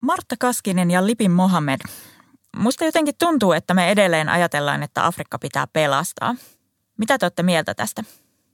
Martta Kaskinen ja Lipin Mohamed. Musta jotenkin tuntuu, että me edelleen ajatellaan, että Afrikka pitää pelastaa. Mitä te olette mieltä tästä?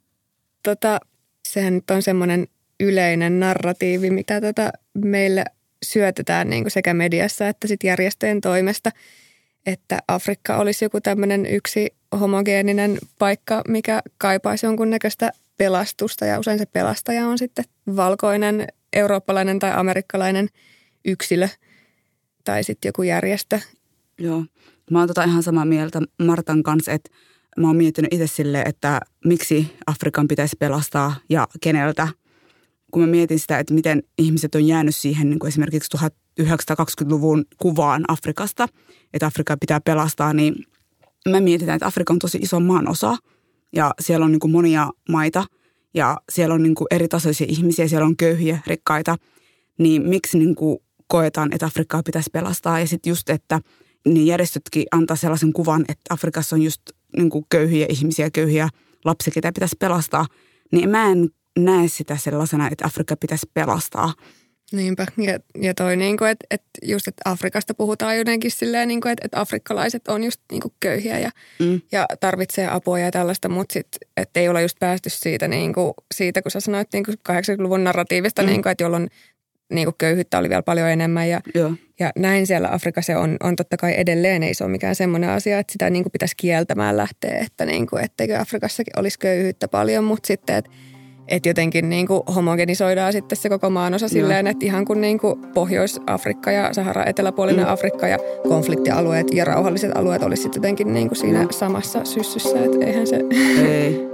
Sehän nyt on semmoinen yleinen narratiivi, mitä meille syötetään niin kuin sekä mediassa että sit järjestöjen toimesta, että Afrikka olisi joku tämmöinen yksi homogeeninen paikka, mikä kaipaisi jonkunnäköistä pelastusta, ja usein se pelastaja on sitten valkoinen, eurooppalainen tai amerikkalainen yksilö tai sitten joku järjestö. Joo, mä oon ihan samaa mieltä Martan kanssa, että mä oon miettinyt itse silleen, että miksi Afrikan pitäisi pelastaa ja keneltä. Kun mä mietin sitä, että miten ihmiset on jäänyt siihen niin kuin esimerkiksi 1920-luvun kuvaan Afrikasta, että Afrikkaa pitää pelastaa, niin mä mietin, että Afrikka on tosi iso maanosa ja siellä on niin kuin monia maita ja siellä on niin kuin eri tasoisia ihmisiä, siellä on köyhiä, rikkaita, niin miksi niin kuin koetaan, että Afrikkaa pitäisi pelastaa. Ja sitten just, että niin järjestötkin antaa sellaisen kuvan, että Afrikassa on just niin kuin köyhiä ihmisiä, köyhiä lapsia, ketä pitäisi pelastaa, niin mä en näe sitä sellaisena, että Afrikka pitäisi pelastaa. Niinpä. Ja toi niin kuin, että just, että Afrikasta puhutaan jotenkin silleen, niin kuin, että afrikkalaiset on just niin kuin köyhiä ja tarvitsee apua ja tällaista, mutta sitten, että ei olla just päästy siitä, kun sä sanoit niin kuin 80-luvun narratiivista, niin kuin, että jolloin niin kuin köyhyyttä oli vielä paljon enemmän ja näin siellä Afrikassa on totta kai edelleen, ei se ole mikään semmoinen asia, että sitä niin kuin pitäisi kieltämään lähteä, että niin kuin, etteikö Afrikassakin olisi köyhyyttä paljon, mutta sitten, että jotenkin niin kuin homogenisoidaan sitten se koko maanosa silleen, että ihan kuin, niin kuin Pohjois-Afrikka ja Sahara eteläpuolinen Afrikka ja konfliktialueet ja rauhalliset alueet olisi sitten jotenkin niin kuin siinä samassa syssyssä, että eihän se... Ei.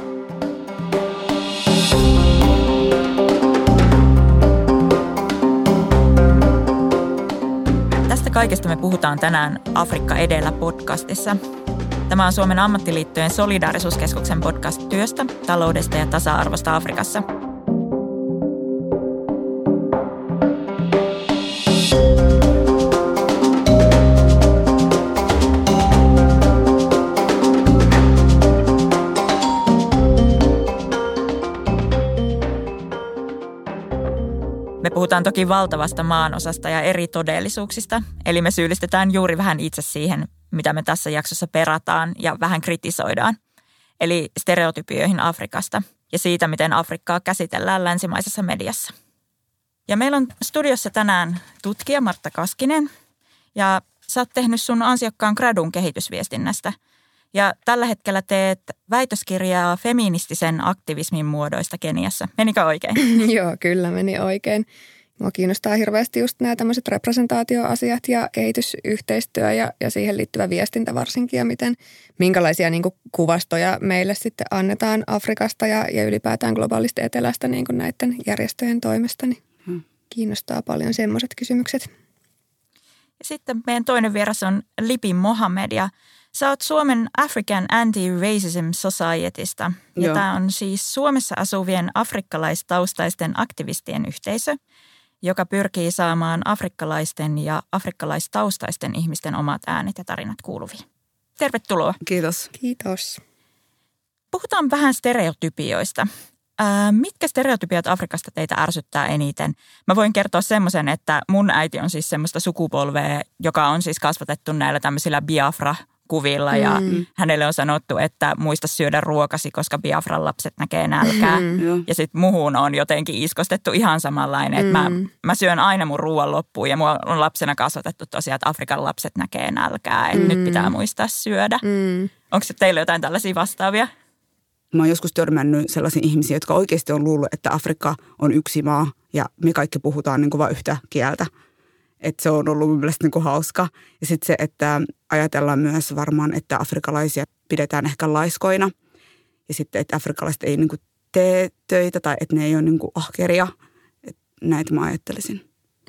Tästä kaikesta me puhutaan tänään Afrikka edellä podcastissa. Tämä on Suomen ammattiliittojen Solidaarisuuskeskuksen podcast työstä, taloudesta ja tasa-arvosta Afrikassa. Me puhutaan toki valtavasta maanosasta ja eri todellisuuksista, eli me syyllistetään juuri vähän itse siihen, mitä me tässä jaksossa perataan ja vähän kritisoidaan. Eli stereotypioihin Afrikasta ja siitä, miten Afrikkaa käsitellään länsimaisessa mediassa. Ja meillä on studiossa tänään tutkija Martta Kaskinen ja sä oot tehnyt sun ansiokkaan gradun kehitysviestinnästä. Ja tällä hetkellä teet väitöskirjaa feministisen aktivismin muodoista Keniassa. Menikö oikein? Joo, kyllä meni oikein. Mua kiinnostaa hirveästi just nämä tämmöiset representaatioasiat ja kehitysyhteistyö ja siihen liittyvä viestintä varsinkin ja minkälaisia niin kuin kuvastoja meille sitten annetaan Afrikasta ja ylipäätään globaalista etelästä niin kuin näiden järjestöjen toimesta. Niin kiinnostaa paljon semmoiset kysymykset. Ja sitten meidän toinen vieras on Lipin Mohamed ja sä oot Suomen African Anti-Racism Societysta. Ja tämä on siis Suomessa asuvien afrikkalaistaustaisten aktivistien yhteisö, joka pyrkii saamaan afrikkalaisten ja afrikkalaistaustaisten ihmisten omat äänet ja tarinat kuuluviin. Tervetuloa. Kiitos. Kiitos. Puhutaan vähän stereotypioista. Mitkä stereotypiat Afrikasta teitä ärsyttää eniten? Mä voin kertoa semmoisen, että mun äiti on siis semmoista sukupolvea, joka on siis kasvatettu näillä tämmöisillä Biafra-kuvilla ja hänelle on sanottu, että muista syödä ruokasi, koska Biafran lapset näkee nälkää. Ja sitten muhun on jotenkin iskostettu ihan samanlainen, että mä syön aina mun ruoan loppuun ja mua on lapsena kasvatettu tosiaan, että Afrikan lapset näkee nälkää, että nyt pitää muistaa syödä. Onko teillä jotain tällaisia vastaavia? Mä oon joskus törmännyt sellaisiin ihmisiä, jotka oikeasti on luullut, että Afrikka on yksi maa ja me kaikki puhutaan niin kuin vain yhtä kieltä. Että se on ollut mun mielestä niin kuin hauska. Ja sitten se, että ajatellaan myös varmaan, että afrikkalaisia pidetään ehkä laiskoina. Ja sitten, että afrikkalaiset ei niin kuin tee töitä tai että ne ei ole niin kuin ahkeria. Että näitä mä ajattelisin.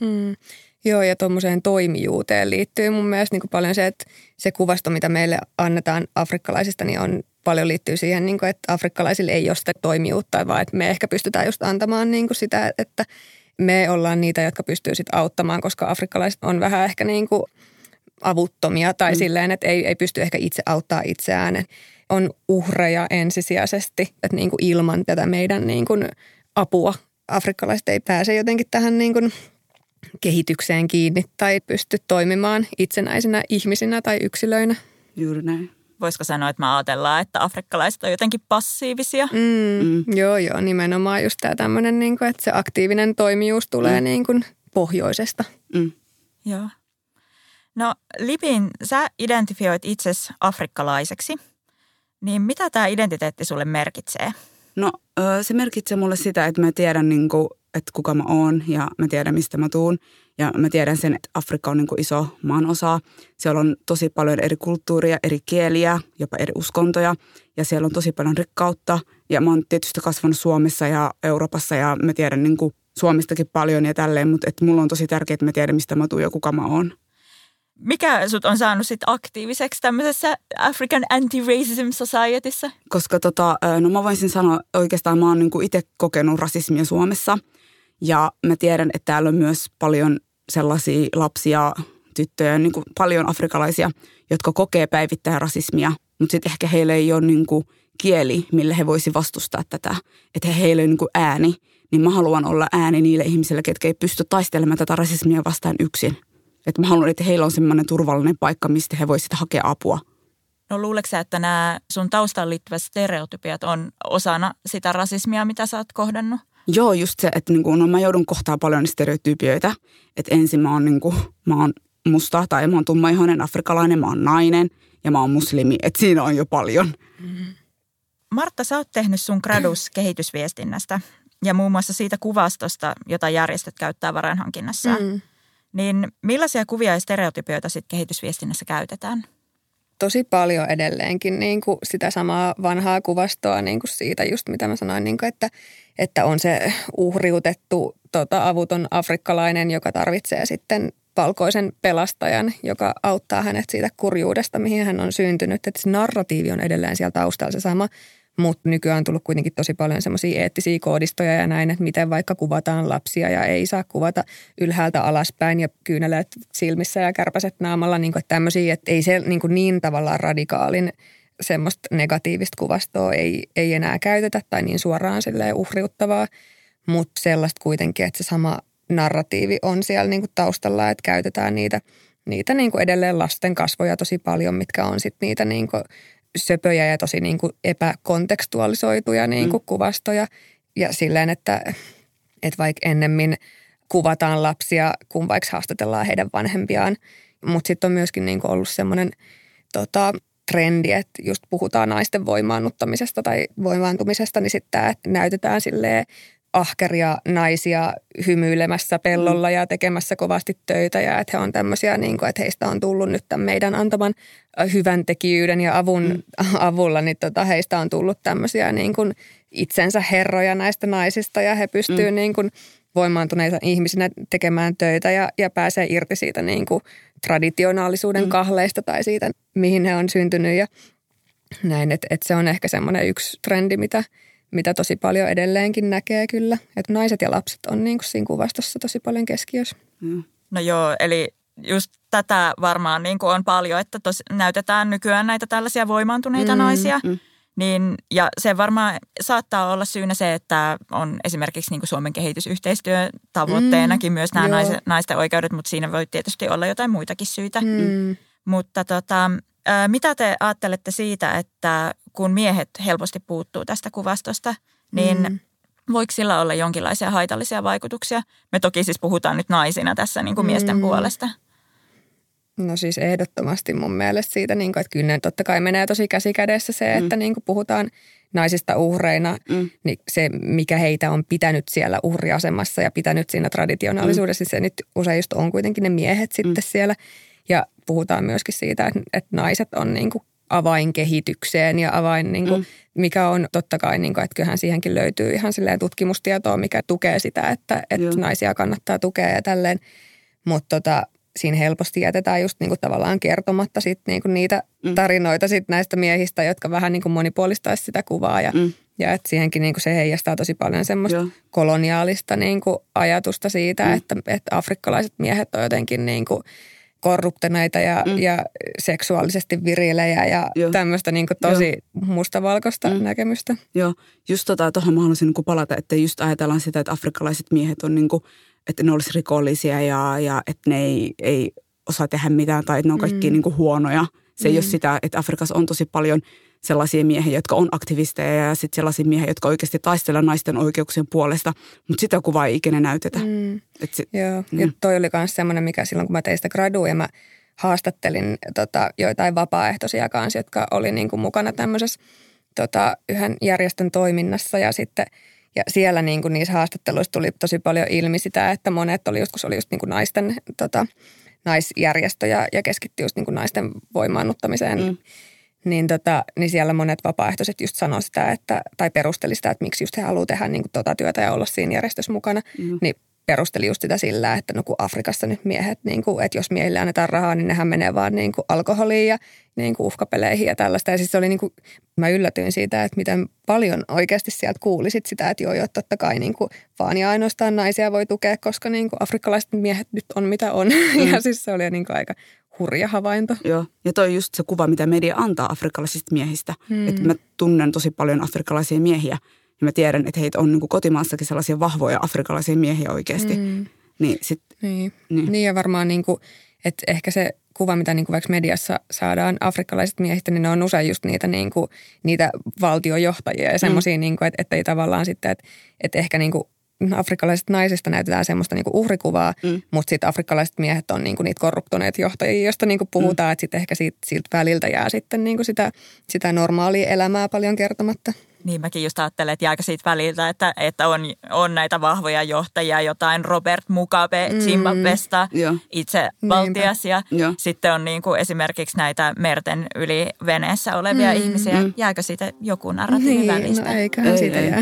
Joo, ja tuommoiseen toimijuuteen liittyy mun mielestä niin kuin paljon se, että se kuvasto, mitä meille annetaan afrikkalaisista, niin on paljon liittyy siihen, niin kuin, että afrikkalaisille ei ole sitä toimijuutta, vaan että me ehkä pystytään just antamaan niin kuin sitä, että me ollaan niitä, jotka pystyy sitten auttamaan, koska afrikkalaiset on vähän ehkä niin kuin avuttomia tai silleen, että ei pysty ehkä itse auttaa itseään. On uhreja ensisijaisesti, että niin kuin ilman tätä meidän niin kuin apua afrikkalaiset ei pääse jotenkin tähän niin kuin kehitykseen kiinni tai pysty toimimaan itsenäisinä ihmisinä tai yksilöinä. Juuri näin. Voisiko sanoa, että me ajatellaan, että afrikkalaiset on jotenkin passiivisia? Joo, nimenomaan just tämä tämmöinen, niin kuin, että se aktiivinen toimijuus tulee niin kuin pohjoisesta. Joo. No Libin, sä identifioit itsesi afrikkalaiseksi, niin mitä tämä identiteetti sulle merkitsee? No se merkitsee mulle sitä, että mä tiedän niin kuin, että kuka mä oon ja mä tiedän mistä mä tuun. Ja mä tiedän sen, että Afrikka on niin kuin iso maanosa. Siellä on tosi paljon eri kulttuuria, eri kieliä, jopa eri uskontoja. Ja siellä on tosi paljon rikkautta. Ja mä oon tietysti kasvanut Suomessa ja Euroopassa ja mä tiedän niin kuin Suomestakin paljon ja tälleen. Mutta että mulla on tosi tärkeää, että mä tiedän mistä mä tuun ja kuka mä oon. Mikä sut on saanut sit aktiiviseksi tämmöisessä African Anti-Racism Societyssä? Koska no mä voisin sanoa oikeastaan, mä oon niin kuin itse kokenut rasismia Suomessa. Ja mä tiedän, että täällä on myös paljon sellaisia lapsia, tyttöjä, niin kuin paljon afrikkalaisia, jotka kokee päivittäin rasismia. Mutta sitten ehkä heillä ei ole niin kuin kieli, millä he voisi vastustaa tätä. Että heillä ei ole niin kuin ääni. Niin mä haluan olla ääni niille ihmisille, ketkä ei pysty taistelemaan tätä rasismia vastaan yksin. Että mä haluan, että heillä on semmoinen turvallinen paikka, mistä he voisivat hakea apua. No luuletko sä, että nämä sun taustaan liittyvät stereotypiat on osana sitä rasismia, mitä sä oot kohdannut? Joo, just se, että no mä joudun kohtaan paljon stereotypioita. Että ensin mä oon musta tai mä oon tummaihoinen afrikkalainen, mä oon nainen ja mä oon muslimi. Että siinä on jo paljon. Martta, sä oot tehnyt sun gradus kehitysviestinnästä ja muun muassa siitä kuvastosta, jota järjestöt käyttää varainhankinnassaan. Niin millaisia kuvia ja stereotypioita sitten kehitysviestinnässä käytetään? Tosi paljon edelleenkin niin kuin sitä samaa vanhaa kuvastoa niin kuin siitä just mitä mä sanoin, niin kuin, että on se uhriutettu avuton afrikkalainen, joka tarvitsee sitten valkoisen pelastajan, joka auttaa hänet siitä kurjuudesta, mihin hän on syntynyt. Että se narratiivi on edelleen siellä taustalla se sama. Mutta nykyään on tullut kuitenkin tosi paljon semmoisia eettisiä koodistoja ja näin, että miten vaikka kuvataan lapsia ja ei saa kuvata ylhäältä alaspäin ja kyyneleet silmissä ja kärpäset naamalla. Niin että tämmöisiä, että ei se niin tavallaan radikaalin semmoista negatiivista kuvastoa ei enää käytetä tai niin suoraan silleen uhriuttavaa. Mutta sellaista kuitenkin, että se sama narratiivi on siellä niin kuin taustalla, että käytetään niitä niin kuin edelleen lasten kasvoja tosi paljon, mitkä on sitten niitä niin kuin söpöjä ja tosi niin kuin epäkontekstualisoituja niin kuin kuvastoja. Ja silleen, että vaikka ennemmin kuvataan lapsia, kun vaikka haastatellaan heidän vanhempiaan. Mutta sitten on myöskin niin kuin ollut semmoinen trendi, että just puhutaan naisten voimaannuttamisesta tai voimaantumisesta, niin sitten tämä, että näytetään silleen ahkeria naisia hymyilemässä pellolla ja tekemässä kovasti töitä ja että he on tämmöisiä, niin kuin, että heistä on tullut nyt tämän meidän antaman hyvän tekijyyden ja avun avulla, niin heistä on tullut tämmöisiä niin kuin itsensä herroja näistä naisista ja he pystyy niin kuin voimaantuneita ihmisinä tekemään töitä ja pääsee irti siitä niin kuin traditionaalisuuden kahleista tai siitä, mihin he on syntynyt ja näin, että se on ehkä semmoinen yksi trendi, mitä tosi paljon edelleenkin näkee kyllä. Että naiset ja lapset on niin kuin siinä kuvastossa tosi paljon keskiössä. No joo, eli just tätä varmaan niin kuin on paljon, että näytetään nykyään näitä tällaisia voimaantuneita naisia. Niin, ja se varmaan saattaa olla syynä se, että on esimerkiksi niin kuin Suomen kehitysyhteistyön tavoitteenakin myös nämä naisten oikeudet, mutta siinä voi tietysti olla jotain muitakin syitä. Mutta mitä te ajattelette siitä, että kun miehet helposti puuttuu tästä kuvastosta, niin voiko sillä olla jonkinlaisia haitallisia vaikutuksia? Me toki siis puhutaan nyt naisina tässä niin kuin miesten puolesta. No siis ehdottomasti mun mielestä siitä, että kyllä totta kai menee tosi käsi kädessä se, että niin kuin puhutaan naisista uhreina, niin se mikä heitä on pitänyt siellä uhriasemassa ja pitänyt siinä traditionaalisuudessa, se nyt usein just on kuitenkin ne miehet sitten siellä. Ja puhutaan myöskin siitä, että naiset on niin kuin avain kehitykseen ja avain, niin kuin, mikä on totta kai, niin kuin, että kyllähän siihenkin löytyy ihan silleen tutkimustietoa, mikä tukee sitä, että naisia kannattaa tukea ja tälleen. Mutta siinä helposti jätetään just niin kuin tavallaan kertomatta sit niin kuin niitä tarinoita sit näistä miehistä, jotka vähän niin kuin monipuolistaisi sitä kuvaa ja että siihenkin niin kuin se heijastaa tosi paljon semmoista koloniaalista niin kuin ajatusta siitä, että afrikkalaiset miehet on jotenkin niin kuin korruptoneita ja seksuaalisesti virilejä ja tämmöistä niin kuin tosi mustavalkoista näkemystä. Joo, just tuohon mä haluaisin niin kuin palata, että just ajatellaan sitä, että afrikkalaiset miehet on niin kuin että ne olisi rikollisia ja että ne ei osaa tehdä mitään tai että ne on kaikki niin kuin huonoja. Se ei ole sitä, että Afrikassa on tosi paljon sellaisia miehiä, jotka on aktivisteja ja sitten sellaisia miehiä, jotka oikeasti taistelevat naisten oikeuksien puolesta, mutta sitä kuvaa ei ikinä näytetä. Joo, ja toi oli myös semmoinen, mikä silloin kun mä tein sitä gradua ja mä haastattelin joitain vapaaehtoisia kanssa, jotka oli niin kuin mukana tämmöisessä yhden järjestön toiminnassa ja sitten ja siellä niin kuin niissä haastatteluissa tuli tosi paljon ilmi sitä, että monet oli kun se oli just niin kuin naisten naisjärjestö ja keskittyi just niin kuin naisten voimaannuttamiseen, niin siellä monet vapaaehtoiset just sanoi sitä, tai perusteli sitä, että miksi just he haluaa tehdä niin kuin työtä ja olla siinä järjestössä mukana, niin perusteli just sitä sillä, että no kun Afrikassa nyt miehet, niin kuin, että jos miehille annetaan rahaa, niin nehän menee vaan niin kuin alkoholiin ja niin kuin uhkapeleihin ja tällaista. Ja siis se oli niin kuin, mä yllätyin siitä, että miten paljon oikeasti sieltä kuulisit sitä, että joo, totta kai niin kuin vaan ja ainoastaan naisia voi tukea, koska niin kuin afrikkalaiset miehet nyt on mitä on. Ja siis se oli niin kuin aika hurja havainto. Joo, ja toi just se kuva, mitä media antaa afrikkalaisista miehistä. Että mä tunnen tosi paljon afrikkalaisia miehiä. Ja mä tiedän, että heitä on niin kuin kotimaassakin sellaisia vahvoja afrikkalaisia miehiä oikeasti. Niin ja varmaan, niin kuin, että ehkä se kuva, mitä niin kuin vaikka mediassa saadaan afrikkalaisista miehistä, niin ne on usein just niitä valtiojohtajia ja semmoisia, niin kuin, että ei tavallaan sitten, että ehkä niin kuin afrikkalaiset naisista näytetään semmoista niinku uhrikuvaa, mutta sitten afrikkalaiset miehet on niinku niitä korruptoneita johtajia, josta niinku puhutaan, että sitten ehkä siltä väliltä jää sitten niinku sitä normaalia elämää paljon kertomatta. Niin mäkin just ajattelen, että jääkö siitä väliltä, että on näitä vahvoja johtajia, jotain Robert Mugabe Zimbabwesta, itse valtias ja sitten on niin kuin esimerkiksi näitä merten yli veneessä olevia ihmisiä. Jääkö siitä joku narratiivi välistä? No eiköhän siitä jää.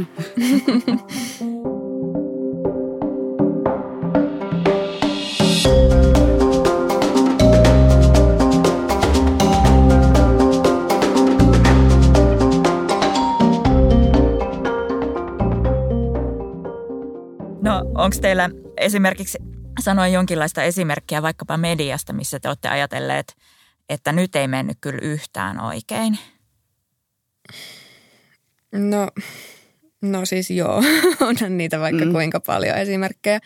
No onko teillä esimerkiksi sanoa jonkinlaista esimerkkiä vaikkapa mediasta, missä te olette ajatelleet, että nyt ei mennyt kyllä yhtään oikein? No siis joo, onhan niitä vaikka kuinka paljon esimerkkejä.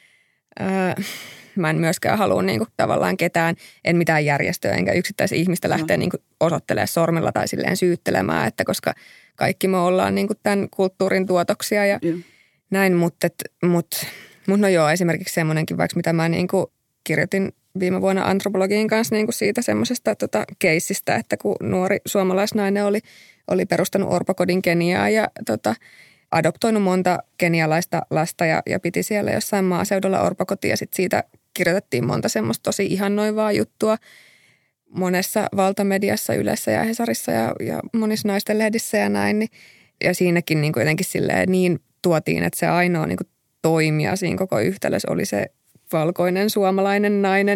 Mä en myöskään halua niinku tavallaan ketään, en mitään järjestöä enkä yksittäisiä ihmistä lähteä niinku osoittelemaan sormella tai silleen syyttelemään, että koska kaikki me ollaan niinku tämän kulttuurin tuotoksia ja näin, mutta no joo, esimerkiksi semmoinenkin vaikka mitä mä niinku kirjoitin viime vuonna antropologiin kanssa niinku siitä semmoisesta keissistä, että kun nuori suomalaisnainen oli perustanut orpokodin Keniaan ja adoptoinut monta kenialaista lasta ja piti siellä jossain maaseudulla orpokotia ja sitten siitä kirjoitettiin monta semmoista tosi ihannoivaa juttua monessa valtamediassa, Ylessä ja Hesarissa ja monissa naisten lehdissä ja näin. Niin, ja siinäkin niin kuin jotenkin silleen niin tuotiin, että se ainoa niin kuin toimija siinä koko yhtälössä oli se valkoinen suomalainen nainen,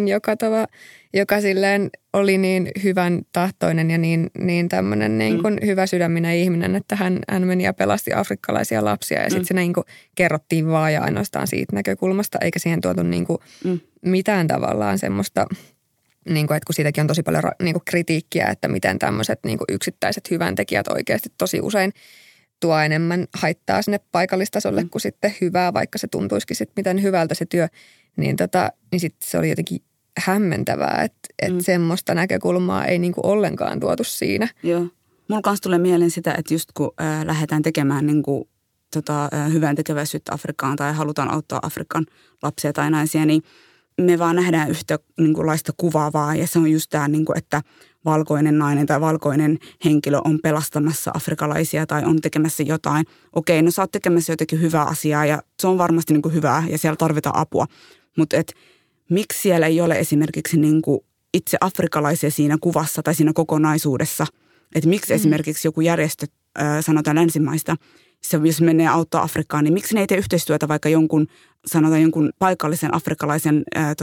joka silleen oli niin hyvän tahtoinen ja niin tämmöinen niin kuin hyvä sydäminen ihminen, että hän meni ja pelasti afrikkalaisia lapsia ja sitten se niin kuin kerrottiin vaan ja ainoastaan siitä näkökulmasta, eikä siihen tuotu niin kuin mitään tavallaan semmoista, niin kuin, että kun siitäkin on tosi paljon niin kuin kritiikkiä, että miten tämmöiset niin kuin yksittäiset hyväntekijät oikeasti tosi usein tuo enemmän haittaa sinne paikallistasolle kuin sitten hyvää, vaikka se tuntuisikin sitten miten hyvältä se työ, niin sitten se oli jotenkin hämmentävää, että semmoista näkökulmaa ei niinku ollenkaan tuotu siinä. Joo. Mulla kanssa tulee mieleen sitä, että just kun lähdetään tekemään niinku, hyvän tekeväisyyttä Afrikkaan tai halutaan auttaa Afrikan lapsia tai naisia, niin me vaan nähdään yhtä laista kuvaa vaan ja se on just tämä, että valkoinen nainen tai valkoinen henkilö on pelastamassa afrikalaisia tai on tekemässä jotain. Okei, no sä oot tekemässä jotenkin hyvää asiaa ja se on varmasti hyvää ja siellä tarvitaan apua. Mutta miksi siellä ei ole esimerkiksi itse afrikalaisia siinä kuvassa tai siinä kokonaisuudessa? Että miksi esimerkiksi joku järjestö, sanotaan länsimaista, jos menee auttaa Afrikkaan, niin miksi ne ei tee yhteistyötä vaikka jonkun paikallisen afrikkalaisen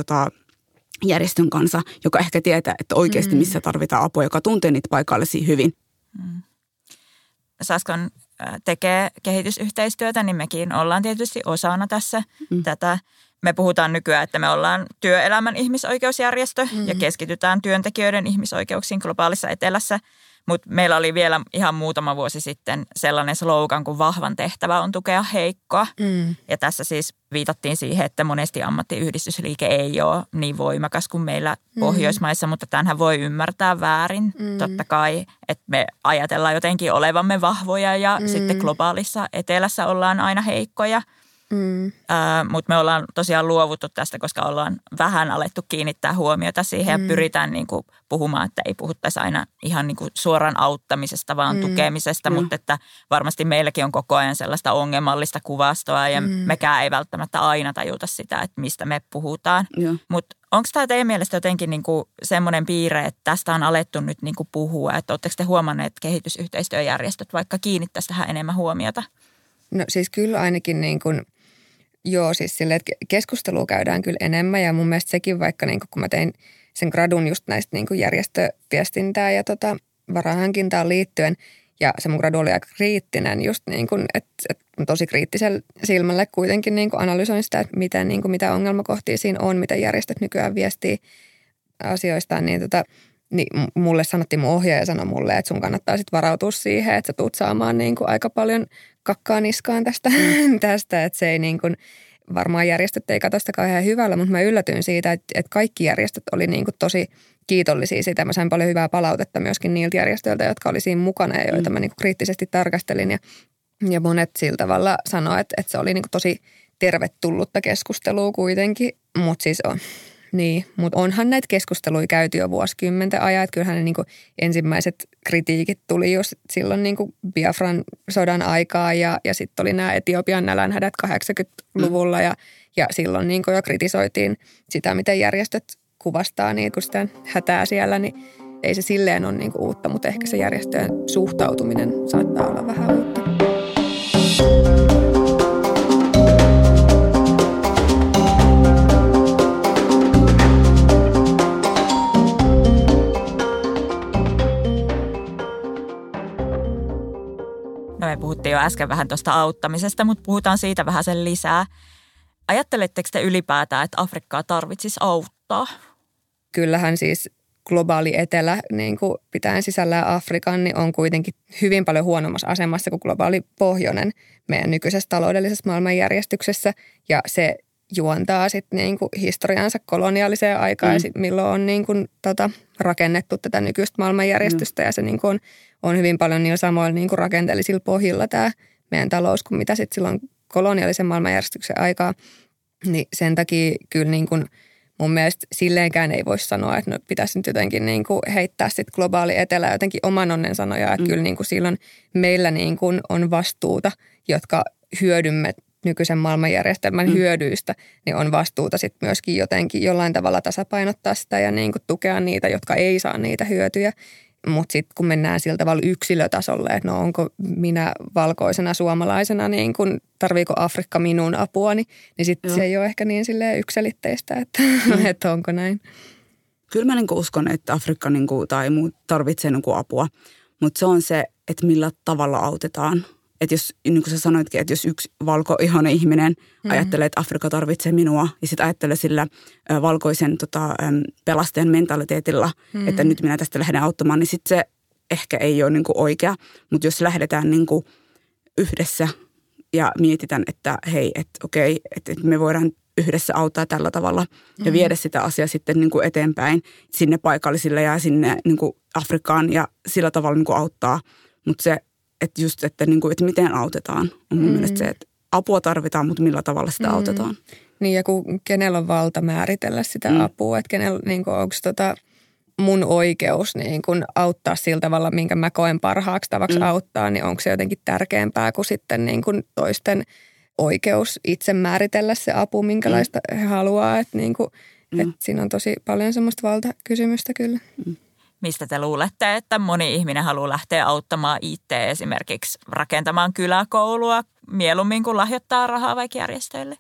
järjestön kanssa, joka ehkä tietää, että oikeasti missä tarvitaan apua, joka tuntee niitä paikallisia hyvin. Saskon tekee kehitysyhteistyötä, niin mekin ollaan tietysti osana tässä tätä. Me puhutaan nykyään, että me ollaan työelämän ihmisoikeusjärjestö ja keskitytään työntekijöiden ihmisoikeuksiin globaalissa etelässä. Mutta meillä oli vielä ihan muutama vuosi sitten sellainen slogan, kun vahvan tehtävä on tukea heikkoa. Ja tässä siis viitattiin siihen, että monesti ammattiyhdistysliike ei ole niin voimakas kuin meillä Pohjoismaissa, mutta tämänhän voi ymmärtää väärin. Totta kai, että me ajatellaan jotenkin olevamme vahvoja ja sitten globaalissa etelässä ollaan aina heikkoja. Mutta me ollaan tosiaan luovuttu tästä, koska ollaan vähän alettu kiinnittää huomiota siihen ja pyritään niinku puhumaan, että ei puhuttaisi aina ihan niinku suoran auttamisesta, vaan tukemisesta, mutta että varmasti meilläkin on koko ajan sellaista ongelmallista kuvastoa ja mekään ei välttämättä aina tajuta sitä, että mistä me puhutaan. Mutta onko tämä teidän mielestä jotenkin niinku semmoinen piirre, että tästä on alettu nyt niinku puhua, että oletteko te huomanneet, että kehitysyhteistyöjärjestöt vaikka kiinnittäisi tähän enemmän huomiota? No siis kyllä ainakin niin kuin, joo siis silleen, että keskustelua käydään kyllä enemmän ja mun mielestä sekin vaikka niin kuin, kun mä tein sen gradun just näistä niin kuin järjestöviestintää ja varainhankintaan liittyen ja se mun gradu oli aika kriittinen just niin kuin, että tosi kriittisellä silmällä kuitenkin niin kuin analysoin sitä, että miten, niin kuin, mitä ongelmakohtia siinä on, miten järjestöt nykyään viestii asioistaan, niin mulle sanottiin, mun ohjaaja sanoi mulle, että sun kannattaa sitten varautua siihen, että sä tuut saamaan niin kuin aika paljon kakkaa niskaan tästä, että se ei niin kuin, varmaan järjestöt ei katso sitä kauhean hyvällä, mutta mä yllätyin siitä, että kaikki järjestöt oli niin kuin tosi kiitollisia siitä. Mä sain paljon hyvää palautetta myöskin niiltä järjestöiltä, jotka oli siinä mukana ja joita mä niin kuin kriittisesti tarkastelin ja monet sillä tavalla sanoi, että se oli niin kuin tosi tervetullutta keskustelua kuitenkin, mutta siis on. Niin, mutta onhan näitä keskusteluja käyty jo vuosikymmenten ajan, että kyllähän ne niin kuin ensimmäiset kritiikit tuli jo silloin niin kuin Biafran sodan aikaa ja sitten oli nämä Etiopian nälänhädät 80-luvulla ja silloin niin kuin jo kritisoitiin sitä, miten järjestöt kuvastaa niin kuin sitä hätää siellä, niin ei se silleen ole niin kuin uutta, mutta ehkä se järjestöjen suhtautuminen saattaa olla vähän uutta. No me puhuttiin jo äsken vähän tuosta auttamisesta, mutta puhutaan siitä vähän sen lisää. Ajatteletteko te ylipäätään, että Afrikkaa tarvitsisi auttaa? Kyllähän siis globaali etelä, niin kuin pitäen sisällään Afrikan, niin on kuitenkin hyvin paljon huonommassa asemassa kuin globaali pohjoinen meidän nykyisessä taloudellisessa maailmanjärjestyksessä. Ja se juontaa sitten niin kuin historiansa koloniaaliseen aikaan, milloin on niin kuin, rakennettu tätä nykyistä maailmanjärjestystä. Ja se niin kuin on hyvin paljon niillä samoilla niin kuin rakenteellisilla pohjilla tämä meidän talous kuin mitä sitten silloin koloniaalisen maailmanjärjestyksen aikaa. Niin sen takia kyllä niin kuin mun mielestä silleenkään ei voi sanoa, että no pitäisi nyt jotenkin niin kuin heittää sitten globaali etelä jotenkin oman onnen sanoja. Että kyllä niin kuin silloin meillä niin kuin on vastuuta, jotka hyödymme nykyisen maailmanjärjestelmän hyödyistä, niin on vastuuta sitten myöskin jotenkin jollain tavalla tasapainottaa sitä ja niin kuin tukea niitä, jotka ei saa niitä hyötyjä. Mutta sitten kun mennään sillä tavalla yksilötasolle, että no onko minä valkoisena suomalaisena, niin kun tarviiko Afrikka minun apua, niin sitten se ei ole ehkä niin silleen yksiselitteistä, että onko näin. Kyllä mä uskon, että Afrikka tai muut tarvitsee apua, mutta se on se, että millä tavalla autetaan. Että jos, niin kuin sä sanoitkin, että jos yksi valkoihoinen ihminen ajattelee, että Afrikka tarvitsee minua, ja sitten ajattelee sillä valkoisen pelastajan mentaliteetilla, että nyt minä tästä lähden auttamaan, niin sitten se ehkä ei ole niin kuin oikea. Mutta jos lähdetään niin kuin yhdessä ja mietitään, että hei, että okei, että me voidaan yhdessä auttaa tällä tavalla ja viedä sitä asiaa sitten niin kuin eteenpäin sinne paikallisille ja sinne niin kuin Afrikkaan ja sillä tavalla niin kuin auttaa. Mutta se, että just, että miten autetaan, on mun mielestä se, että apua tarvitaan, mutta millä tavalla sitä autetaan. Niin ja kenellä on valta määritellä sitä apua, että kenellä, niin kuin, onko mun oikeus niin kuin auttaa sillä tavalla, minkä mä koen parhaaksi tavaksi auttaa, niin onko se jotenkin tärkeämpää kuin sitten niin kuin toisten oikeus itse määritellä se apu, minkälaista he haluaa, että, niin kuin, että siinä on tosi paljon semmoista valtakysymystä kyllä. Mistä te luulette, että moni ihminen haluaa lähteä auttamaan itse esimerkiksi rakentamaan kyläkoulua mieluummin kuin lahjoittaa rahaa vaikka järjestöille?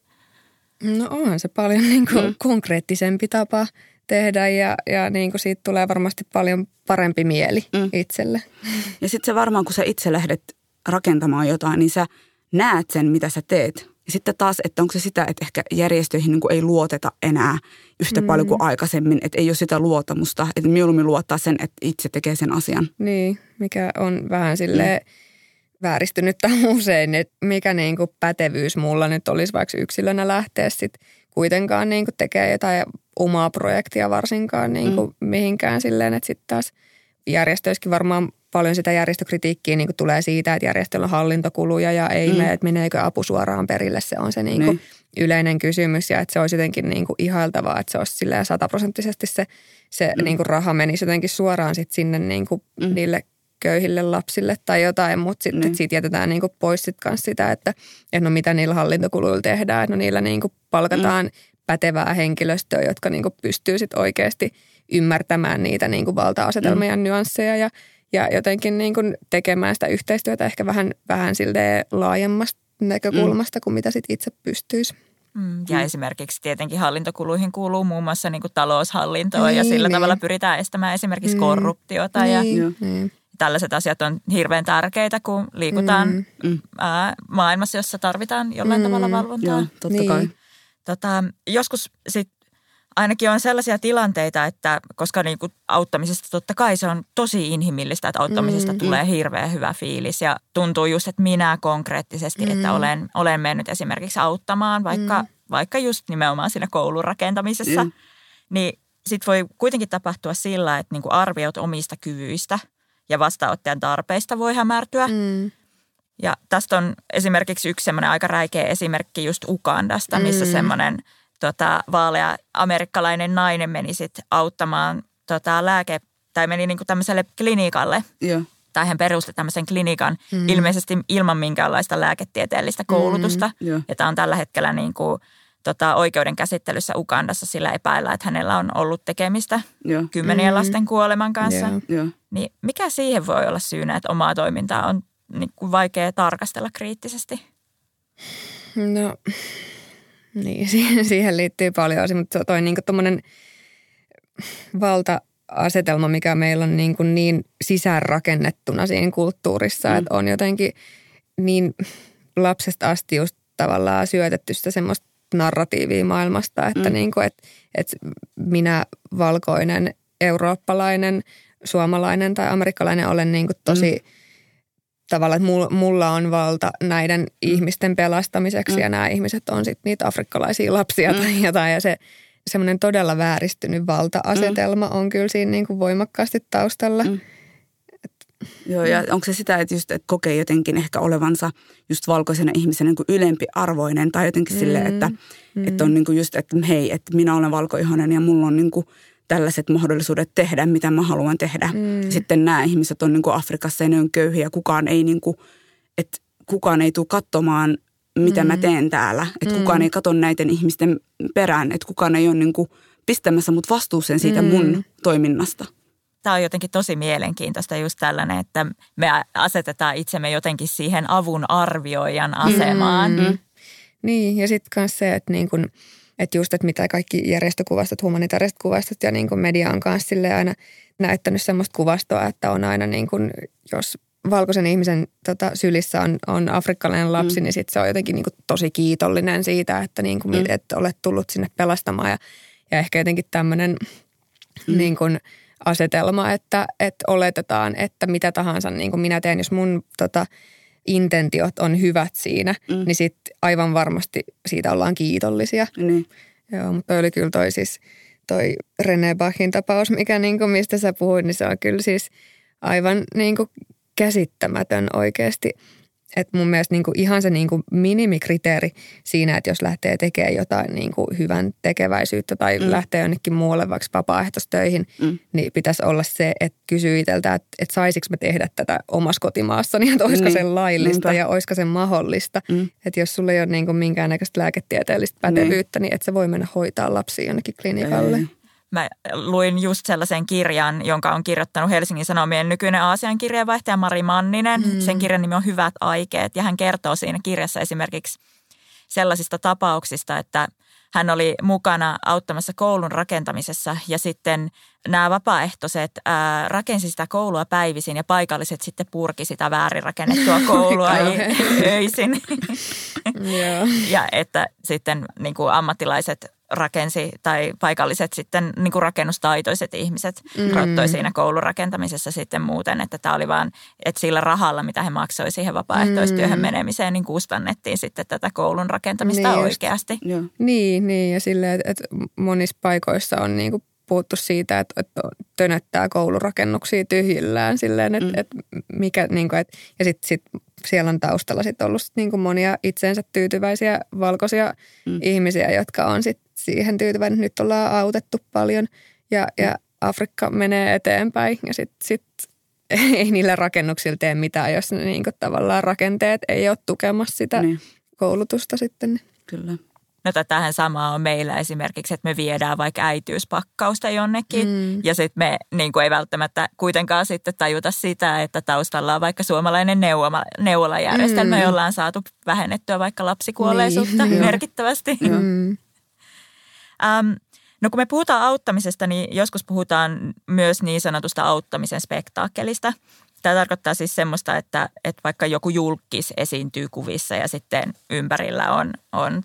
No onhan se paljon niin kuin konkreettisempi tapa tehdä ja niin kuin siitä tulee varmasti paljon parempi mieli itselle. Ja sitten se varmaan, kun sä itse lähdet rakentamaan jotain, niin sä näet sen, mitä sä teet. Ja sitten taas, että onko se sitä, että ehkä järjestöihin niin kuin ei luoteta enää yhtä paljon kuin aikaisemmin, että ei ole sitä luottamusta, että mieluummin luottaa sen, että itse tekee sen asian. Niin, mikä on vähän silleen vääristynyttä usein, että mikä niin kuin pätevyys mulla nyt olisi vaikka yksilönä lähteä sitten kuitenkaan niin kuin tekee jotain omaa projektia varsinkaan niin kuin mihinkään silleen, että sitten taas järjestöissäkin varmaan paljon sitä järjestökritiikkiä niin kuin tulee siitä, että järjestöllä on hallintokuluja ja ei mene, että meneekö apu suoraan perille. Se on se niin kuin yleinen kysymys ja että se olisi jotenkin niin kuin ihailtavaa, että se olisi silleen 100% se niin kuin raha menisi jotenkin suoraan sitten sinne niin kuin niille köyhille lapsille tai jotain, mutta sitten siitä jätetään niin kuin pois sitten kanssa sitä, että no mitä niillä hallintokuluilla tehdään, että no niillä niin kuin palkataan pätevää henkilöstöä, jotka niin kuin pystyy sitten oikeasti ymmärtämään niitä niin kuin valta-asetelmien nyansseja ja jotenkin niin kuin tekemään sitä yhteistyötä ehkä vähän silleen laajemmasta näkökulmasta kuin mitä sit itse pystyisi. Ja esimerkiksi tietenkin hallintokuluihin kuuluu muun muassa niin kuin taloushallintoa ja sillä tavalla pyritään estämään esimerkiksi korruptiota ja tällaiset asiat on hirveän tärkeitä, kun liikutaan maailmassa, jossa tarvitaan jollain tavalla valvontaa. Joo, totta kai. Joskus sitten ainakin on sellaisia tilanteita, että koska niin kuin auttamisesta totta kai se on tosi inhimillistä, että auttamisesta tulee hirveän hyvä fiilis ja tuntuu just, että minä konkreettisesti, että olen mennyt esimerkiksi auttamaan vaikka just nimenomaan siinä koulun rakentamisessa, niin sitten voi kuitenkin tapahtua sillä, että niin kuin arviot omista kyvyistä ja vastaanottajan tarpeista voi hämärtyä. Ja tästä on esimerkiksi yksi semmoinen aika räikeä esimerkki just Ugandasta, missä semmoinen vaalea amerikkalainen nainen meni sitten auttamaan tai meni niinku tämmöiselle klinikalle. Tai hän perusti tämmöisen klinikan ilmeisesti ilman minkäänlaista lääketieteellistä koulutusta. Ja tämä on tällä hetkellä niinku, oikeuden käsittelyssä Ugandassa sillä epäillä, että hänellä on ollut tekemistä 10 lasten kuoleman kanssa. Niin mikä siihen voi olla syynä, että omaa toimintaa on niinku vaikea tarkastella kriittisesti? No niin, siihen liittyy paljon asioita, mutta toi niinku tommoinen valta-asetelma, mikä meillä on niin sisäänrakennettuna siinä kulttuurissa, että on jotenkin niin lapsesta asti just tavallaan syötetty sitä semmoista narratiivia maailmasta, että niinku, et minä valkoinen, eurooppalainen, suomalainen tai amerikkalainen olen niinku tosi tavallaan, että mulla on valta näiden ihmisten pelastamiseksi ja nämä ihmiset on sitten niitä afrikkalaisia lapsia tai jotain. Ja se semmoinen todella vääristynyt valta-asetelma on kyllä siinä niin kuin voimakkaasti taustalla. Joo, ja onko se sitä, että kokee jotenkin ehkä olevansa just valkoisena ihmisenä niin kuin ylempiarvoinen tai jotenkin silleen, että on niin kuin just, että hei, että minä olen valkoihoinen ja mulla on niin kuin tällaiset mahdollisuudet tehdä, mitä mä haluan tehdä. Sitten nämä ihmiset on niin kuin Afrikassa ja ne on köyhiä. Kukaan ei tule katsomaan, mitä mä teen täällä. Että kukaan ei katso näiden ihmisten perään. Että kukaan ei ole niin kuin pistämässä mut vastuuseen siitä mun toiminnasta. Tämä on jotenkin tosi mielenkiintoista just tällainen, että me asetetaan itsemme jotenkin siihen avun arvioijan asemaan. Niin, ja sitten myös se, että niin kun että just, että mitä kaikki järjestökuvastot, humanitaariset kuvastot ja niin kuin media on kanssa silleen aina näyttänyt semmoista kuvastoa, että on aina niin kuin, jos valkoisen ihmisen sylissä on afrikkalainen lapsi, niin sitten se on jotenkin niin kuin tosi kiitollinen siitä, että, niin kuin, että olet tullut sinne pelastamaan. Ja ehkä jotenkin tämmöinen niin kuin asetelma, että oletetaan, että mitä tahansa niin kuin minä teen, jos mun intentiot on hyvät siinä, niin sitten aivan varmasti siitä ollaan kiitollisia. Joo, mutta toi oli kyllä toi René Bachin tapaus, mikä niinku, mistä sä puhuit, niin se on kyllä siis aivan niinku käsittämätön oikeasti. Että mun mielestä niinku ihan se niinku minimikriteeri siinä, että jos lähtee tekemään jotain niinku hyvän tekeväisyyttä tai lähtee jonnekin muualle vaikka vapaaehtoistöihin, niin pitäisi olla se, että kysyy itseltä, että saisinko mä tehdä tätä omassa kotimaassani, että olisiko se laillista ja olisiko se mahdollista. Että jos sulla ei ole niinku minkäännäköistä lääketieteellistä pätevyyttä, niin et sä voi mennä hoitaa lapsia jonnekin klinikalle. Mä luin just sellaisen kirjan, jonka on kirjoittanut Helsingin Sanomien nykyinen Aasian kirjeenvaihtaja Mari Manninen. Sen kirjan nimi on Hyvät aikeet ja hän kertoo siinä kirjassa esimerkiksi sellaisista tapauksista, että hän oli mukana auttamassa koulun rakentamisessa ja sitten nämä vapaaehtoiset rakensi sitä koulua päivisin ja paikalliset sitten purki sitä väärin rakennettua koulua öisin. Ja että sitten niin kuin ammattilaiset rakensi tai paikalliset sitten niin kuin rakennustaitoiset ihmiset rottoi siinä koulun rakentamisessa sitten muuten, että tämä oli vaan, että sillä rahalla, mitä he maksoi siihen vapaaehtoistyöhön menemiseen, niin kustannettiin sitten tätä koulun rakentamista niin oikeasti. Niin ja silleen, että monissa paikoissa on niin kuin puhuttu siitä, että tönöttää koulurakennuksia tyhjillään silleen, että mikä niin kuin, että ja sitten siellä on taustalla sitten ollut niin kuin monia itseensä tyytyväisiä valkoisia ihmisiä, jotka on sitten siihen tyytyväinen, nyt ollaan autettu paljon ja Afrikka menee eteenpäin ja sitten ei niillä rakennuksilla tee mitään, jos ne niin kuin tavallaan rakenteet ei ole tukemassa sitä koulutusta sitten. Kyllä. No tätähän samaa on meillä esimerkiksi, että me viedään vaikka äitiyspakkausta jonnekin ja sitten me niin kuin ei välttämättä kuitenkaan sitten tajuta sitä, että taustalla on vaikka suomalainen neuvolajärjestelmä, jolla on saatu vähennettyä vaikka lapsikuolleisuutta merkittävästi. No kun me puhutaan auttamisesta, niin joskus puhutaan myös niin sanotusta auttamisen spektaakkelista. Tämä tarkoittaa siis semmoista, että vaikka joku julkkis esiintyy kuvissa ja sitten ympärillä on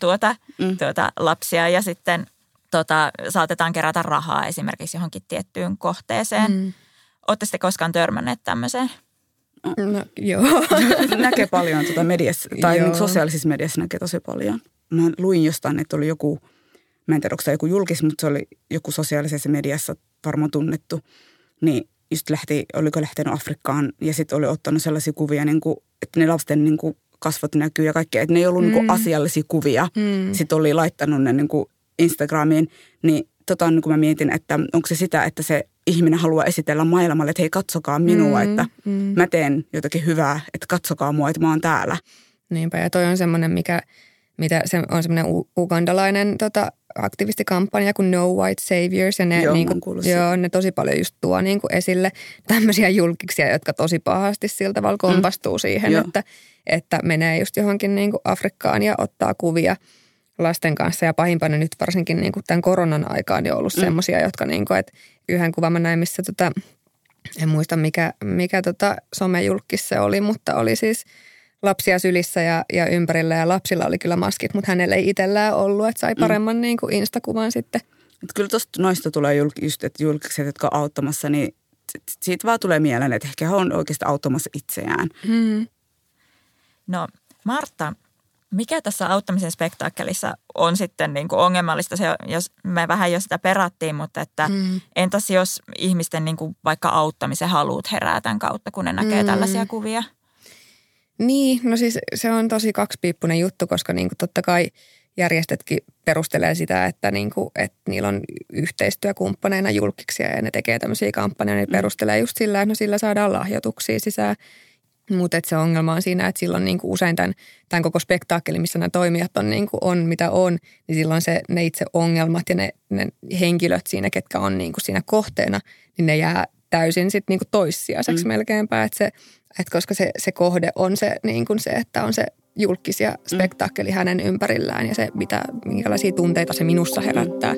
lapsia ja sitten saatetaan kerätä rahaa esimerkiksi johonkin tiettyyn kohteeseen. Oletteko te koskaan törmänneet tämmöiseen? No joo. Näkee paljon mediassa tai sosiaalisessa mediassa näkee tosi paljon. Mä luin jostain, että oli joku, mä en tiedä onko se joku julkis, mutta se oli joku sosiaalisessa mediassa varmaan tunnettu, niin just oliko lähtenyt Afrikkaan ja sitten oli ottanut sellaisia kuvia, niin kuin, että ne lasten niin kuin kasvot näkyy ja kaikkea. Että ne ei ollut niin kuin asiallisia kuvia. Sitten oli laittanut ne niin kuin Instagramiin. Niin niin kuin mä mietin, että onko se sitä, että se ihminen haluaa esitellä maailmalle, että hei katsokaa minua, että mä teen jotakin hyvää, että katsokaa mua, että mä oon täällä. Niinpä ja toi on semmoinen, mitä se on semmoinen ugandalainen aktivistikampanja kuin No White Saviors ja ne, ne tosi paljon just tuo niin kuin esille tämmöisiä julkiksia, jotka tosi pahasti sillä tavalla kompastuu siihen, että menee just johonkin niin kuin Afrikkaan ja ottaa kuvia lasten kanssa ja pahimpana nyt varsinkin niin kuin tämän koronan aikaan on ollut semmoisia, jotka niin kuin, että yhden kuvan mä näin, missä en muista mikä somejulkis se oli, mutta oli siis lapsia sylissä ja ympärillä ja lapsilla oli kyllä maskit, mutta hänellä ei itsellään ollut, että sai paremman niin kuin Insta-kuvan sitten. Et kyllä tuosta noista tulee just, että julkiset, jotka on auttamassa, niin siitä vaan tulee mieleen, että ehkä he on oikeasti auttamassa itseään. No Martta, mikä tässä auttamisen spektaakkelissa on sitten niin kuin ongelmallista? Se, jos me vähän jo sitä perattiin, mutta että entäs jos ihmisten niin kuin vaikka auttamisen haluut herää tämän kautta, kun ne näkee tällaisia kuvia? Niin, no siis se on tosi kaksipiippunen juttu, koska niin kuin totta kai järjestötkin perustelee sitä, että, niin kuin, että niillä on yhteistyökumppaneina julkiksia ja ne tekee tämmöisiä kampanjoja, niin perustelee just sillä, että no sillä saadaan lahjoituksia sisään. Mutta se ongelma on siinä, että silloin niin kuin usein tämän koko spektaakkeli, missä nämä toimijat on, niin kuin on mitä on, niin silloin ne itse ongelmat ja ne henkilöt siinä, ketkä on niin kuin siinä kohteena, niin ne jää täysin sitten niin kuin toissijaiseksi melkeinpä, että koska se kohde on se, niin kuin se, että on se julkis ja spektaakkeli hänen ympärillään ja se, minkälaisia tunteita se minussa herättää.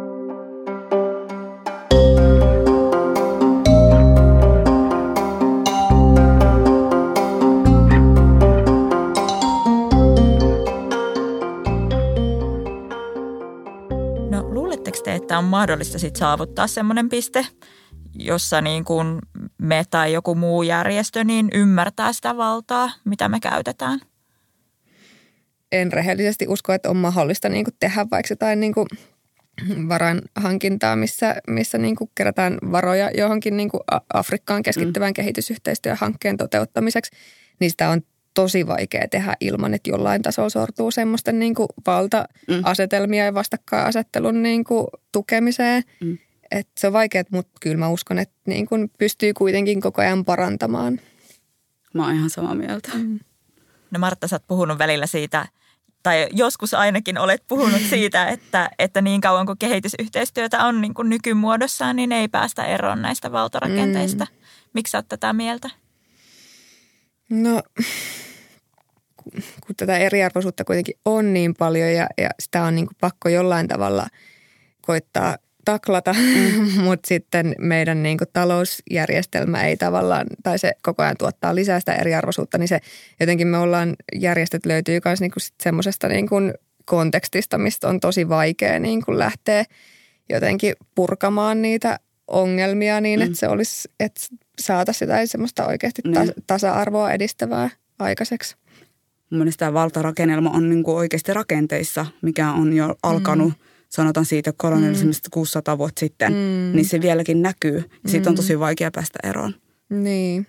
No luuletteko te, että on mahdollista sit saavuttaa semmoinen piste, jossa niin kuin me tai joku muu järjestö niin ymmärtää sitä valtaa, mitä me käytetään? En rehellisesti usko, että on mahdollista niin kuin tehdä vaikka jotain niin kuin varainhankintaa, missä niin kuin kerätään varoja johonkin niin kuin Afrikkaan keskittyvän kehitysyhteistyöhankkeen toteuttamiseksi. Niin sitä on tosi vaikea tehdä ilman, että jollain tasolla sortuu semmoisten niin kuin valta-asetelmia ja vastakkainasettelun niin kuin tukemiseen. Että se on vaikeaa, mutta kyllä mä uskon, että niin kun pystyy kuitenkin koko ajan parantamaan. Mä oon ihan samaa mieltä. No Martta, sä oot puhunut välillä siitä, tai joskus ainakin olet puhunut siitä, että niin kauan kuin kehitysyhteistyötä on niin kuin nykymuodossaan, niin ei päästä eroon näistä valtarakenteista. Miksi sä oot tätä mieltä? No kun tätä eriarvoisuutta kuitenkin on niin paljon ja sitä on niin kuin pakko jollain tavalla koittaa taklata, mutta sitten meidän niin kuin talousjärjestelmä ei tavallaan, tai se koko ajan tuottaa lisää sitä eriarvoisuutta, niin se jotenkin me ollaan, järjestöt löytyy myös niin kuin semmoisesta niin kuin kontekstista, mistä on tosi vaikea niin kuin lähteä jotenkin purkamaan niitä ongelmia niin, että se olisi, että saataisiin jotain semmoista oikeasti tasa-arvoa edistävää aikaiseksi. Mun mielestä tämä valtarakennelma on niin kuin oikeasti rakenteissa, mikä on jo alkanut, sanotaan siitä kolonialismista 600 vuotta sitten, niin se vieläkin näkyy. Ja siitä on tosi vaikea päästä eroon. Niin,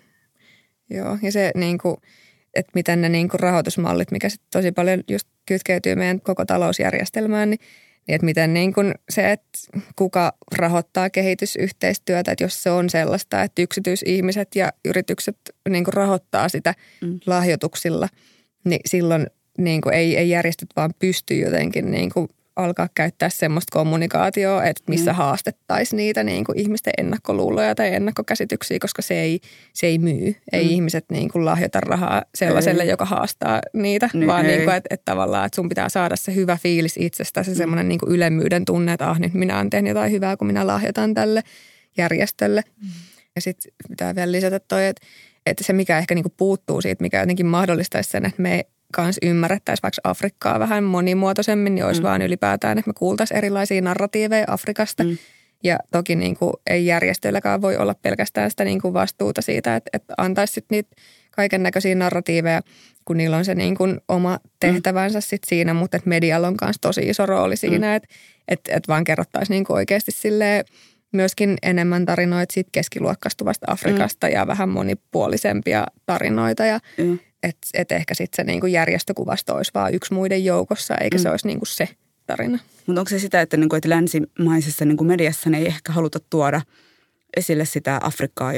joo. Ja se niin kuin, että miten ne niin kuin rahoitusmallit, mikä sitten tosi paljon just kytkeytyy meidän koko talousjärjestelmään, niin että miten niin kuin se, että kuka rahoittaa kehitysyhteistyötä, että jos se on sellaista, että yksityisihmiset ja yritykset niin kuin rahoittaa sitä lahjoituksilla, niin silloin niin kuin ei järjestöt vaan pysty jotenkin niin kuin alkaa käyttää semmoista kommunikaatioa, että missä haastettaisiin niitä niin kuin ihmisten ennakkoluuloja tai ennakkokäsityksiä, koska se ei myy. Ei ihmiset niin kuin lahjoita rahaa sellaiselle, joka haastaa niitä, vaan niin kuin, että tavallaan, että sun pitää saada se hyvä fiilis itsestä, se semmoinen niin kuin ylemmyyden tunne, että nyt minä olen tehnyt jotain hyvää, kun minä lahjoitan tälle järjestölle. Ja sitten pitää vielä lisätä toi, että se mikä ehkä niin kuin puuttuu siitä, mikä jotenkin mahdollistaisi sen, että me kanssa ymmärrettäisiin vaikka Afrikkaa vähän monimuotoisemmin, niin olisi vaan ylipäätään, että me kuultaisiin erilaisia narratiiveja Afrikasta. Ja toki niin kuin ei järjestöilläkään voi olla pelkästään sitä niin kuin vastuuta siitä, että antaisi sitten niitä kaiken näköisiä narratiiveja, kun niillä on se niin kuin oma tehtävänsä sitten siinä, mutta että medialla on myös tosi iso rooli siinä, että vaan kerrottaisiin niin kuin oikeasti silleen myöskin enemmän tarinoita siitä keskiluokkaistuvasta Afrikasta ja vähän monipuolisempia tarinoita ja että ehkä sitten se niinku järjestökuvasto olisi vaan yksi muiden joukossa, eikä se olisi niinku se tarina. Mutta onko se sitä, että länsimaisessa mediassa ei ehkä haluta tuoda esille sitä Afrikkaa,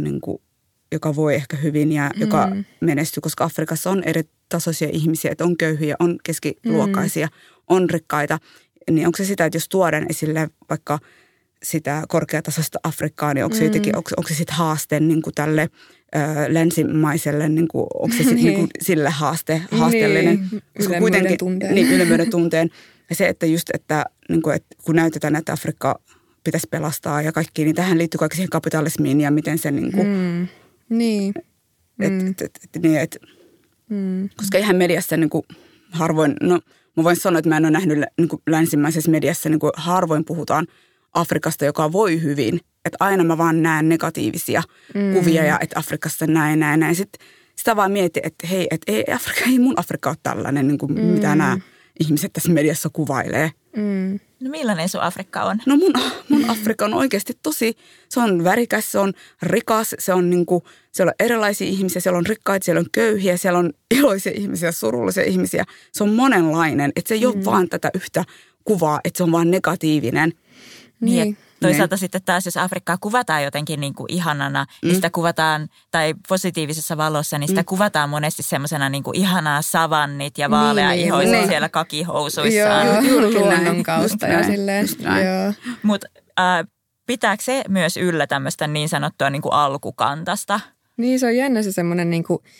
joka voi ehkä hyvin ja joka menestyy, koska Afrikassa on eri tasoisia ihmisiä, että on köyhiä, on keskiluokkaisia, on rikkaita. Niin onko se sitä, että jos tuodaan esille vaikka sitä korkeatasoista Afrikkaa, niin onko se jotenkin, onko se sitten haaste niin kuin tälle länsimaiselle, niin kuin, onko se sitten niin sille haasteellinen? Ylemmyyden tunteen. Niin, ylemmyyden tunteen. Ja se, että just, että, niin kuin, että kun näytetään, että Afrikka pitäisi pelastaa ja kaikki, niin tähän liittyy kaikki siihen kapitalismiin ja miten se niin kuin, koska ihan mediassa niin kuin harvoin, mä voin sanoa, että mä en ole nähnyt niin kuin länsimaisessa mediassa, niin kuin harvoin puhutaan Afrikasta, joka voi hyvin. Että aina mä vaan näen negatiivisia kuvia ja että Afrikassa näin. Sitten sitä vaan mietin, että hei, että ei mun Afrikka ole tällainen, niin kuin mitä nämä ihmiset tässä mediassa kuvailee. No millainen sun Afrikka on? No mun Afrikka on oikeasti se on värikäs, se on rikas, se on niinku, siellä on erilaisia ihmisiä, siellä on rikkaita, siellä on köyhiä, siellä on iloisia ihmisiä, surullisia ihmisiä. Se on monenlainen, että se ei ole vaan tätä yhtä kuvaa, että se on vaan negatiivinen. Niin. Toisaalta sitten taas, jos Afrikkaa kuvataan jotenkin niin kuin ihanana, niin sitä kuvataan, tai positiivisessa valossa, niin sitä kuvataan monesti semmoisena niin kuin ihanaa savannit ja vaaleaihoiset siellä kakihousuissaan. Joo, luonnon kausta ja silleen. Mutta pitääkö se myös yllä tämmöistä niin sanottua niin kuin alkukantasta? Niin, se on jännä se semmoinen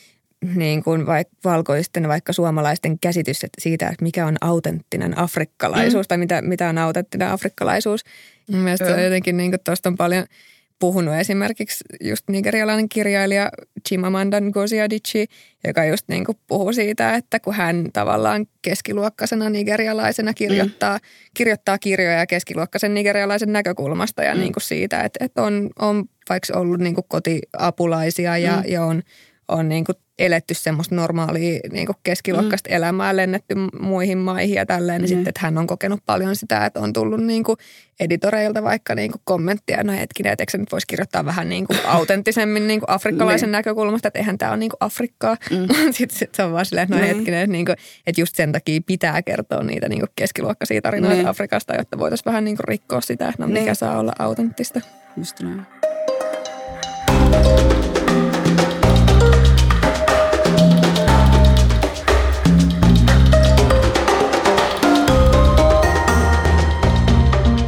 niin kuin valkoisten, vaikka suomalaisten käsitys siitä, että mikä on autenttinen afrikkalaisuus tai mitä on autenttinen afrikkalaisuus. Mielestäni se on jotenkin, niin kuin tuosta on paljon puhunut esimerkiksi just nigerialainen kirjailija Chimamanda Ngozi Adichie, joka just niin kuin puhuu siitä, että kun hän tavallaan keskiluokkaisena nigerialaisena kirjoittaa kirjoja keskiluokkaisen nigerialaisen näkökulmasta ja niin kuin siitä, että on vaikka ollut niin kuin kotiapulaisia ja on niin kuin eletty semmoista normaalia niin kuin keskiluokkaista elämää, lennetty muihin maihin ja tälleen, niin sitten, että hän on kokenut paljon sitä, että on tullut niin kuin editoreilta vaikka niin kuin kommenttia, no hetkinen, että eikö se nyt voisi kirjoittaa vähän niin kuin autenttisemmin niin kuin afrikkalaisen näkökulmasta, että eihän tämä ole niin kuin Afrikkaa. Sitten se on vaan silleen, että no hetkinen, että just sen takia pitää kertoa niitä niin kuin keskiluokkaisia tarinoita Afrikasta, jotta voitaisiin vähän niin kuin rikkoa sitä, että mikä saa olla autenttista. Just näin.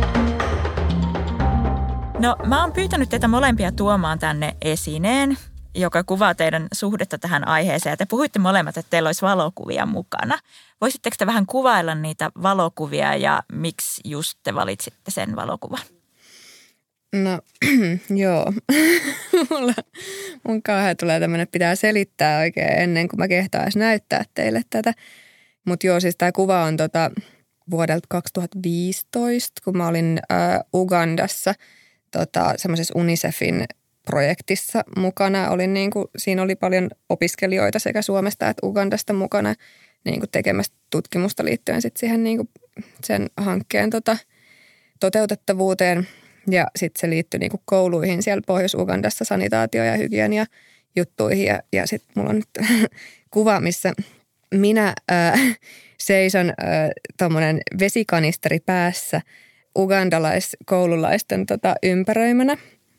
No mä oon pyytänyt teitä molempia tuomaan tänne esineen. joka kuvaa teidän suhdetta tähän aiheeseen. Ja te puhuitte molemmat, että teillä olisi valokuvia mukana. Voisitteko te vähän kuvailla niitä valokuvia ja miksi just te valitsitte sen valokuvan? No joo, mun kauhean tulee tämmöinen, että pitää selittää oikein ennen kuin mä kehtaan näyttää teille tätä. Mutta joo, siis tämä kuva on vuodelta 2015, kun mä olin Ugandassa semmoisessa UNICEFin projektissa mukana. Siinä oli paljon opiskelijoita sekä Suomesta että Ugandasta mukana tekemässä tutkimusta liittyen sit siihen sen hankkeen toteutettavuuteen. Ja sitten se liittyi kouluihin siellä Pohjois-Ugandassa, sanitaatio- ja hygienia-juttuihin. Ja sitten mulla on nyt kuva, missä minä seison tuommoinen vesikanisteri päässä ugandalaiskoululaisten ympäröimänä.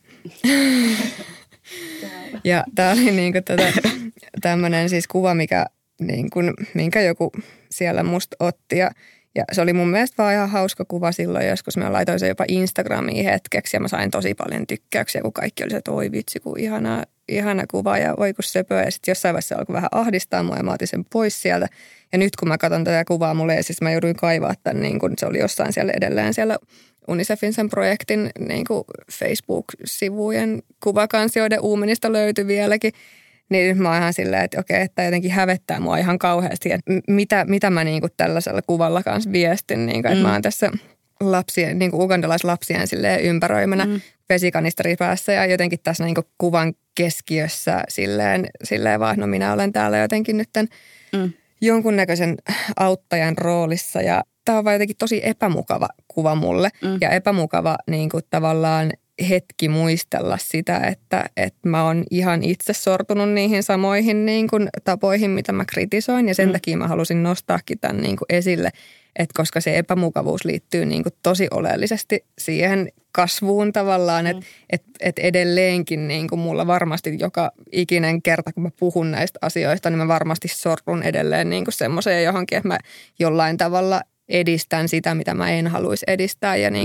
Ja tämä oli tämmöinen siis kuva, minkä joku siellä musta otti. Ja se oli mun mielestä vaan ihan hauska kuva silloin, joskus mä laitoin sen jopa Instagramiin hetkeksi ja mä sain tosi paljon tykkäyksiä, kun kaikki oli se, että oi vitsi, kun ihana kuva ja oi kun söpöä. Ja sitten jossain vaiheessa alkoi vähän ahdistaa mua ja mä otin sen pois sieltä. Ja nyt kun mä katson tätä kuvaa mulle, ja siis mä jouduin kaivaa tämän, kun se oli jossain siellä edelleen siellä UNICEFin sen projektin Facebook-sivujen kuvakansioiden uumenista löytyi vieläkin. Niin mä oon ihan silleen, että okei, että jotenkin hävettää mua ihan kauheasti, että mitä mä tällaisella kuvalla kanssa viestin, että mä oon tässä lapsien, ugandalaislapsien silleen ympäröimänä vesikanisteri päässä ja jotenkin tässä kuvan keskiössä silleen vaan, no minä olen täällä jotenkin nyt jonkunnäköisen auttajan roolissa ja tää on vaan jotenkin tosi epämukava kuva mulle ja epämukava tavallaan hetki muistella sitä, että mä oon ihan itse sortunut niihin samoihin tapoihin, mitä mä kritisoin. Ja sen takia mä halusin nostaakin tämän esille, että koska se epämukavuus liittyy tosi oleellisesti siihen kasvuun tavallaan, että edelleenkin mulla varmasti joka ikinen kerta, kun mä puhun näistä asioista, niin mä varmasti sorrun edelleen semmoiseen johonkin, että mä jollain tavalla edistän sitä, mitä mä en haluaisi edistää ja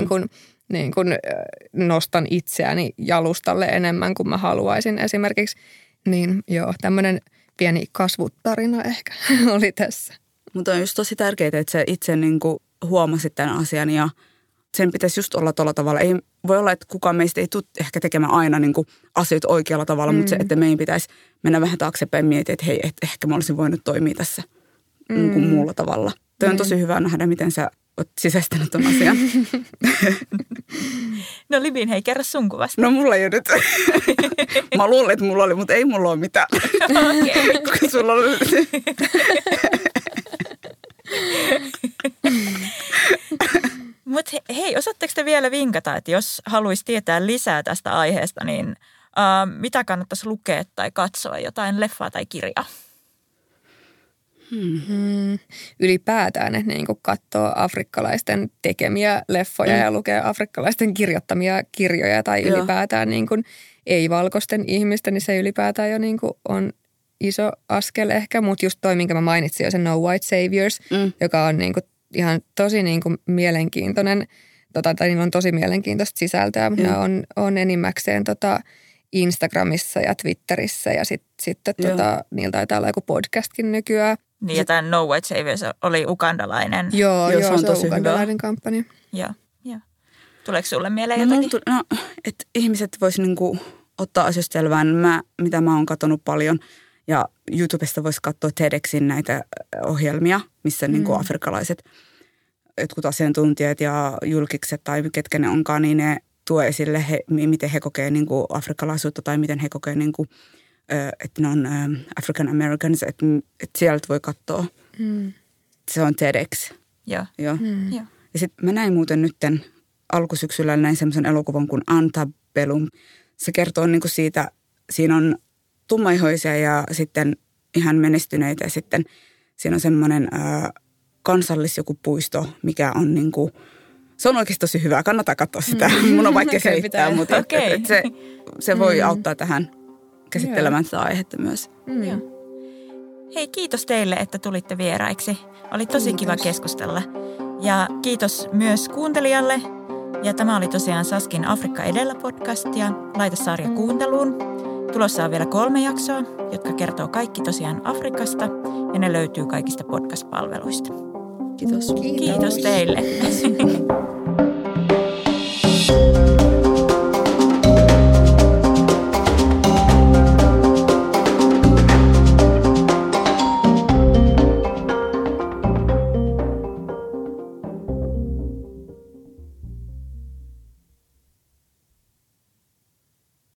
nostan itseäni jalustalle enemmän kuin mä haluaisin esimerkiksi. Niin joo, tämmöinen pieni kasvutarina ehkä oli tässä. Mutta on just tosi tärkeää, että sä itse huomasit tämän asian ja sen pitäisi just olla tuolla tavalla. Ei voi olla, että kukaan meistä ei tule ehkä tekemään aina asioita oikealla tavalla, mutta se, että meidän pitäisi mennä vähän taaksepäin ja miettiä, että hei, että ehkä mä olisin voinut toimia tässä muulla tavalla. Toi on tosi hyvä nähdä, miten sä oot sisäistänyt ton asian. No Libin, hei, kerro sun kuvasta. No mulla ei ole nyt. Mä luulen, että mulla oli, mutta ei mulla ole mitään. Okei. Kun sulla oli. Mutta hei, osaatteko te vielä vinkata, että jos haluaisi tietää lisää tästä aiheesta, niin mitä kannattaisi lukea tai katsoa, jotain leffaa tai kirjaa? Ylipäätään, että katsoo afrikkalaisten tekemiä leffoja ja lukee afrikkalaisten kirjoittamia kirjoja tai ylipäätään ei-valkoisten ihmisten, niin se ylipäätään jo on iso askel ehkä. Mutta just toi, minkä mä mainitsin jo, se No White Saviors, joka on ihan tosi mielenkiintoinen, tai niillä on tosi mielenkiintoista sisältöä, mutta on enimmäkseen Instagramissa ja Twitterissä ja sitten niillä taitaa olla joku podcastkin nykyään. Niin ja tämä No White Saviors oli ugandalainen. Joo, se on ugandalainen hyvä kampanja. Joo. Tuleeko sulle mieleen jotakin? Että ihmiset vois ottaa asioista selvään. Mitä mä oon katsonut paljon ja YouTubesta voisi katsoa TEDxin näitä ohjelmia, missä afrikkalaiset jotkut asiantuntijat ja julkikset tai ketkä ne onkaan, niin ne tuo esille, miten he kokee afrikkalaisuutta tai miten he kokee että ne on African Americans, että sieltä voi katsoa. Se on TEDx. Joo. Ja sitten mä näin muuten nytten alkusyksyllä näin semmoisen elokuvan kuin Antebellum. Se kertoo siitä, siinä on tummaihoisia ja sitten ihan menestyneitä ja sitten siinä on semmoinen joku puisto, mikä on se on oikeasti tosi hyvä. Kannattaa katsoa sitä. Mun on vaikea selittää, mutta se voi auttaa tähän käsittelemään sitä aihetta myös. Hei, kiitos teille, että tulitte vieraiksi. Oli tosi kiva keskustella. Ja kiitos myös kuuntelijalle. Ja tämä oli tosiaan Saskin Afrikka edellä podcast ja laita sarja kuunteluun. Tulossa on vielä 3 jaksoa, jotka kertoo kaikki tosiaan Afrikasta ja ne löytyy kaikista podcast-palveluista. Kiitos. Kiitos teille.